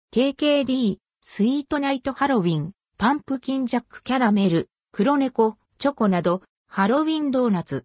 KKD、スイートナイトハロウィン、パンプキンジャックキャラメル、黒猫、チョコなど、ハロウィンドーナツ。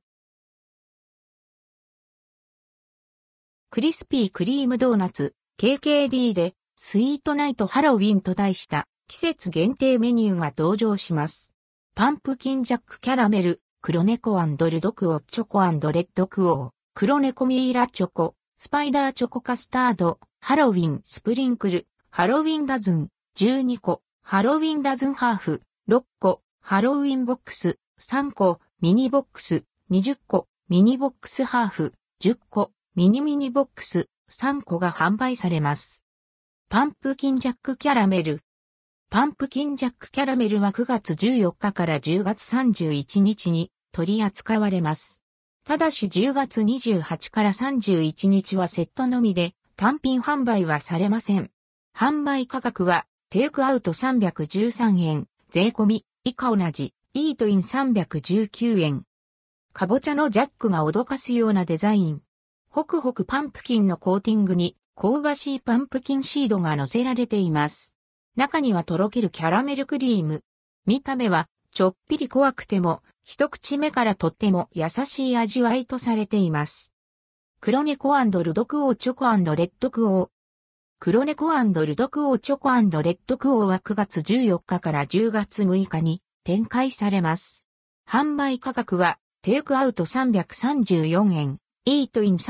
クリスピークリームドーナツ、KKD で、スイートナイトハロウィンと題した季節限定メニューが登場します。パンプキンジャックキャラメル、黒猫&ルドクオチョコ&レッドクオー、黒猫ミイラチョコ、スパイダーチョコカスタード、ハロウィンスプリンクル、ハロウィンダズン、12個、ハロウィンダズンハーフ、6個、ハロウィンボックス、3個、ミニボックス、20個、ミニボックスハーフ、10個、ミニボックス、3個が販売されます。パンプキンジャックキャラメル。パンプキンジャックキャラメルは9月14日から10月31日に取り扱われます。ただし10月28から31日はセットのみで単品販売はされません。販売価格はテイクアウト313円、税込み以下同じ、イートイン319円。かぼちゃのジャックが脅かすようなデザイン。ホクホクパンプキンのコーティングに香ばしいパンプキンシードが乗せられています。中にはとろけるキャラメルクリーム。見た目はちょっぴり怖くても一口目からとっても優しい味わいとされています。黒猫&ルドクオーチョコ&レッドクオー。黒猫&ルドクオーチョコ&レッドクオーは9月14日から10月6日に展開されます。販売価格はテイクアウト334円。イートイン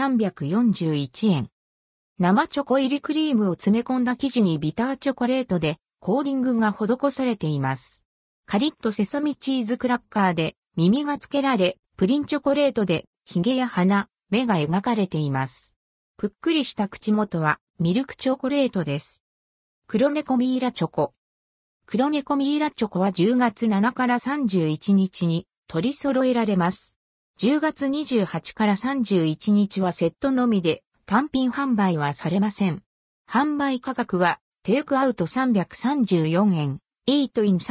341円。生チョコ入りクリームを詰め込んだ生地にビターチョコレートでコーディングが施されています。カリッとセサミチーズクラッカーで耳が付けられ、プリンチョコレートで髭や鼻、目が描かれています。ぷっくりした口元はミルクチョコレートです。黒猫ミイラチョコ。黒猫ミイラチョコは10月7から31日に取り揃えられます。10月28から31日はセットのみで単品販売はされません。販売価格はテイクアウト334円、イートイン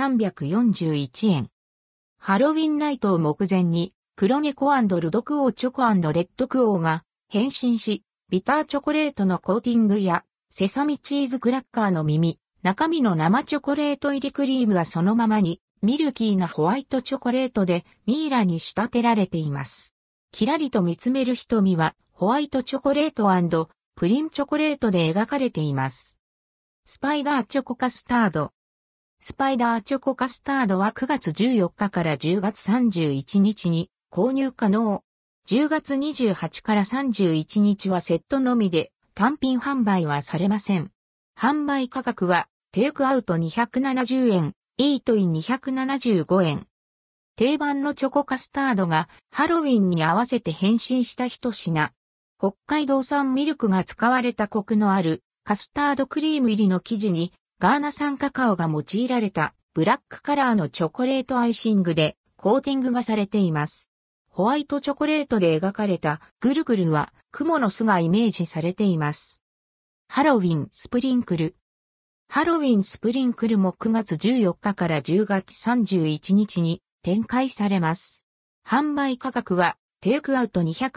341円。ハロウィンナイトを目前に黒猫&ルドクオーチョコ&レッドクオーが変身し、ビターチョコレートのコーティングやセサミチーズクラッカーの耳、中身の生チョコレート入りクリームはそのままに、ミルキーなホワイトチョコレートでミイラに仕立てられています。キラリと見つめる瞳はホワイトチョコレート&プリンチョコレートで描かれています。スパイダーチョコカスタード。スパイダーチョコカスタードは9月14日から10月31日に購入可能。10月28から31日はセットのみで単品販売はされません。販売価格はテイクアウト270円。イートイン275円。定番のチョコカスタードがハロウィンに合わせて変身した一品。北海道産ミルクが使われたコクのあるカスタードクリーム入りの生地にガーナ産カカオが用いられたブラックカラーのチョコレートアイシングでコーティングがされています。ホワイトチョコレートで描かれたぐるぐるは雲の巣がイメージされています。ハロウィンスプリンクル。ハロウィンスプリンクルも9月14日から10月31日に展開されます。販売価格はテイクアウト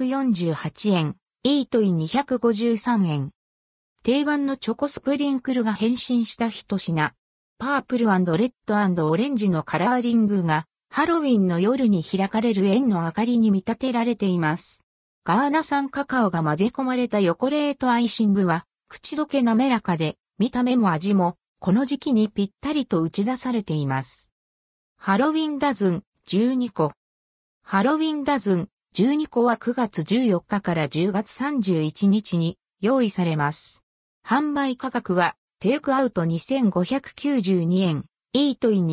248円、イートイン253円。定番のチョコスプリンクルが変身した一品。パープル&レッド&オレンジのカラーリングがハロウィンの夜に開かれる円の明かりに見立てられています。ガーナ産カカオが混ぜ込まれたヨコレートアイシングは口どけ滑らかで見た目も味もこの時期にぴったりと打ち出されています。ハロウィンダズン12個。ハロウィンダズン12個は9月14日から10月31日に用意されます。販売価格はテイクアウト2592円、イートイン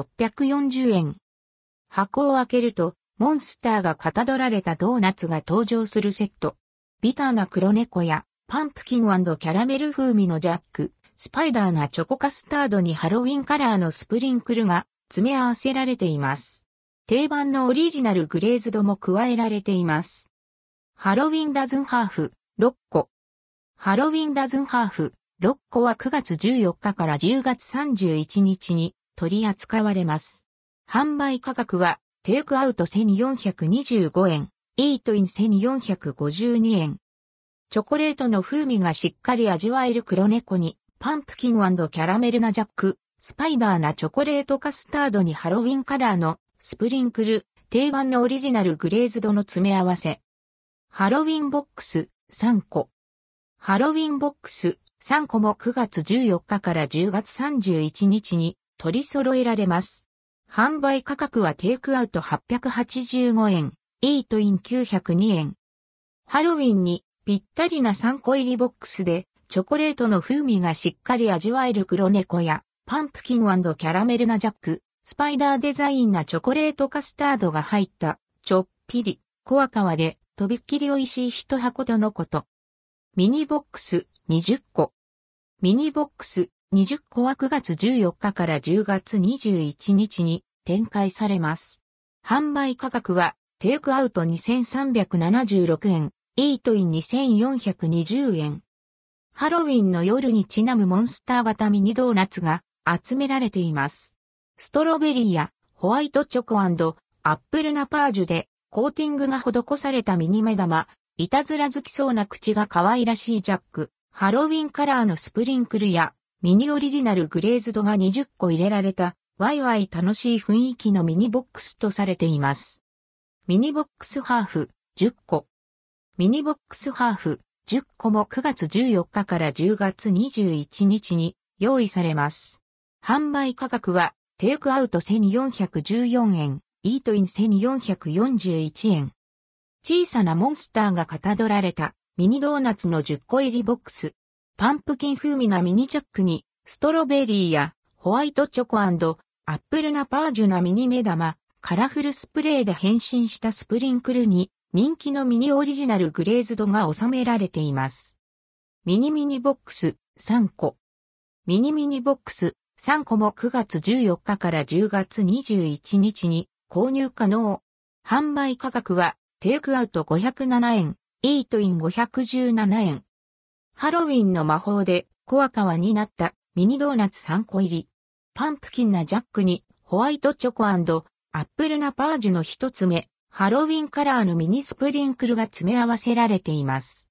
2640円。箱を開けるとモンスターがかたどられたドーナツが登場するセット。ビターな黒猫やパンプキン&キャラメル風味のジャック。スパイダーなチョコカスタードにハロウィンカラーのスプリンクルが詰め合わせられています。定番のオリジナルグレーズドも加えられています。ハロウィンダズンハーフ6個。ハロウィンダズンハーフ6個は9月14日から10月31日に取り扱われます。販売価格はテイクアウト1425円、イートイン1452円。チョコレートの風味がしっかり味わえる黒猫にパンプキン&キャラメルなジャック、スパイダーなチョコレートカスタードにハロウィンカラーのスプリンクル、定番のオリジナルグレーズドの詰め合わせ。ハロウィンボックス3個。ハロウィンボックス3個も9月14日から10月31日に取り揃えられます。販売価格はテイクアウト885円、イートイン902円。ハロウィンにぴったりな3個入りボックスでチョコレートの風味がしっかり味わえる黒猫やパンプキン&キャラメルなジャック、スパイダーデザインなチョコレートカスタードが入ったちょっぴりコアカワでとびっきり美味しい一箱とのこと。ミニボックス20個。ミニボックス20個は9月14日から10月21日に展開されます。販売価格はテイクアウト2376円、イートイン2420円。ハロウィンの夜にちなむモンスター型ミニドーナツが集められています。ストロベリーやホワイトチョコ&アップルナパージュでコーティングが施されたミニ目玉、いたずら好きそうな口が可愛らしいジャック、ハロウィンカラーのスプリンクルやミニオリジナルグレーズドが20個入れられたワイワイ楽しい雰囲気のミニボックスとされています。ミニボックスハーフ10個。ミニボックスハーフ10個も9月14日から10月21日に用意されます。販売価格はテイクアウト1414円、イートイン1441円。小さなモンスターがかたどられたミニドーナツの10個入りボックス。パンプキン風味なミニジャックにストロベリーやホワイトチョコ&アップルナパージュなミニ目玉、カラフルスプレーで変身したスプリンクルに人気のミニオリジナルグレーズドが収められています。ミニボックス3個。ミニボックス3個も9月14日から10月21日に購入可能。販売価格はテイクアウト507円、イートイン517円。ハロウィンの魔法でコアカワになったミニドーナツ3個入り。パンプキンなジャックにホワイトチョコ&アップルナパージュの一つ目、ハロウィンカラーのミニスプリンクルが詰め合わせられています。